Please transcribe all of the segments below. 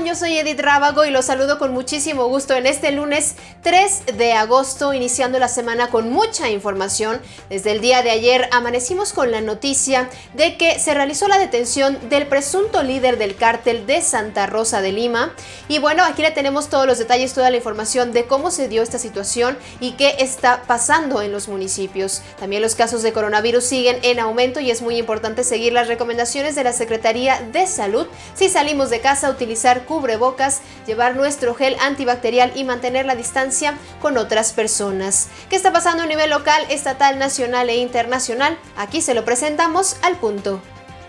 Yo soy Edith Rábago y los saludo con muchísimo gusto en este lunes 3 de agosto, iniciando la semana con mucha información. Desde el día de ayer amanecimos con la noticia de que se realizó la detención del presunto líder del cártel de Santa Rosa de Lima. Y bueno, aquí le tenemos todos los detalles, toda la información de cómo se dio esta situación y qué está pasando en los municipios. También los casos de coronavirus siguen en aumento y es muy importante seguir las recomendaciones de la Secretaría de Salud. Si salimos de casa, utilizar cubrebocas, llevar nuestro gel antibacterial y mantener la distancia con otras personas. ¿Qué está pasando a nivel local, estatal, nacional e internacional? Aquí se lo presentamos al punto.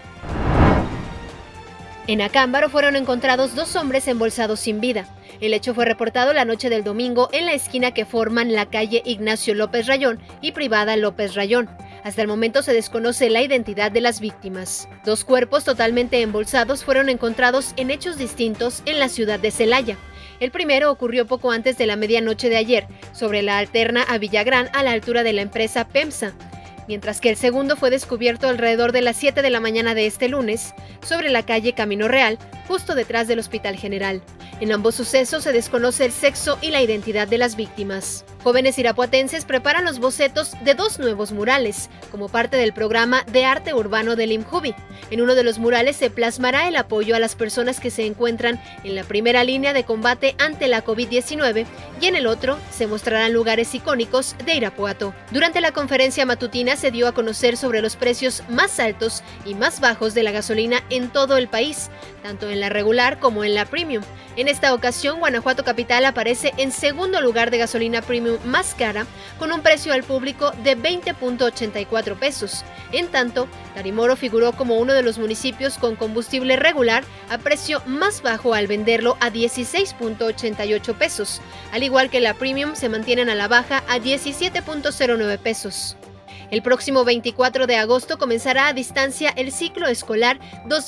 En Acámbaro fueron encontrados 2 hombres embolsados sin vida. El hecho fue reportado la noche del domingo en la esquina que forman la calle Ignacio López Rayón y Privada López Rayón. Hasta el momento se desconoce la identidad de las víctimas. 2 cuerpos totalmente embolsados fueron encontrados en hechos distintos en la ciudad de Celaya. El primero ocurrió poco antes de la medianoche de ayer, sobre la alterna a Villagrán a la altura de la empresa PEMSA, mientras que el segundo fue descubierto alrededor de las 7 de la mañana de este lunes, sobre la calle Camino Real, justo detrás del Hospital General. En ambos sucesos se desconoce el sexo y la identidad de las víctimas. Jóvenes irapuatenses preparan los bocetos de 2 nuevos murales, como parte del programa de arte urbano del IMJUVI. En uno de los murales se plasmará el apoyo a las personas que se encuentran en la primera línea de combate ante la COVID-19 y en el otro se mostrarán lugares icónicos de Irapuato. Durante la conferencia matutina se dio a conocer sobre los precios más altos y más bajos de la gasolina en todo el país, tanto en la regular como en la premium. En esta ocasión, Guanajuato Capital aparece en segundo lugar de gasolina premium más cara, con un precio al público de 20.84 pesos. En tanto, Tarimoro figuró como uno de los municipios con combustible regular a precio más bajo al venderlo a 16.88 pesos, al igual que la premium se mantienen a la baja a 17.09 pesos. El próximo 24 de agosto comenzará a distancia el ciclo escolar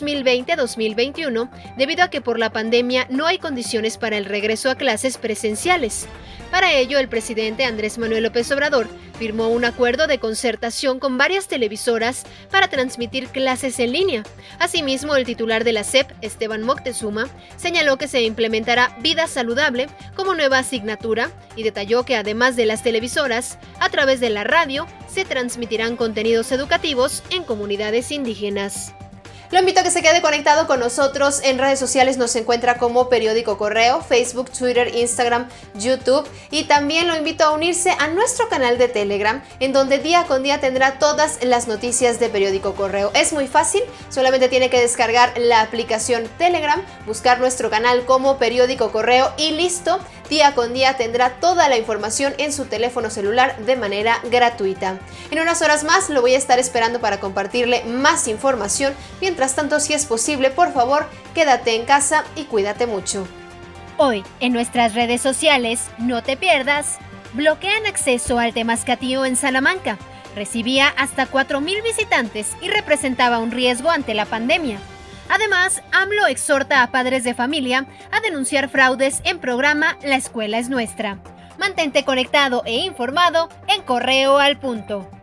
2020-2021, debido a que por la pandemia no hay condiciones para el regreso a clases presenciales. Para ello, el presidente Andrés Manuel López Obrador firmó un acuerdo de concertación con varias televisoras para transmitir clases en línea. Asimismo, el titular de la SEP, Esteban Moctezuma, señaló que se implementará Vida Saludable como nueva asignatura y detalló que además de las televisoras, a través de la radio, se transmitirán contenidos educativos en comunidades indígenas. Lo invito a que se quede conectado con nosotros. En redes sociales nos encuentra como Periódico Correo, Facebook, Twitter, Instagram, YouTube, y también lo invito a unirse a nuestro canal de Telegram, en donde día con día tendrá todas las noticias de Periódico Correo. Es muy fácil, solamente tiene que descargar la aplicación Telegram, buscar nuestro canal como Periódico Correo y listo. Día con día tendrá toda la información en su teléfono celular de manera gratuita. En unas horas más lo voy a estar esperando para compartirle más información. Mientras tanto, si es posible, por favor, quédate en casa y cuídate mucho. Hoy, en nuestras redes sociales, no te pierdas, bloquean acceso al Temazcatío en Salamanca. Recibía hasta 4,000 visitantes y representaba un riesgo ante la pandemia. Además, AMLO exhorta a padres de familia a denunciar fraudes en programa La Escuela es Nuestra. Mantente conectado e informado en Correo al Punto.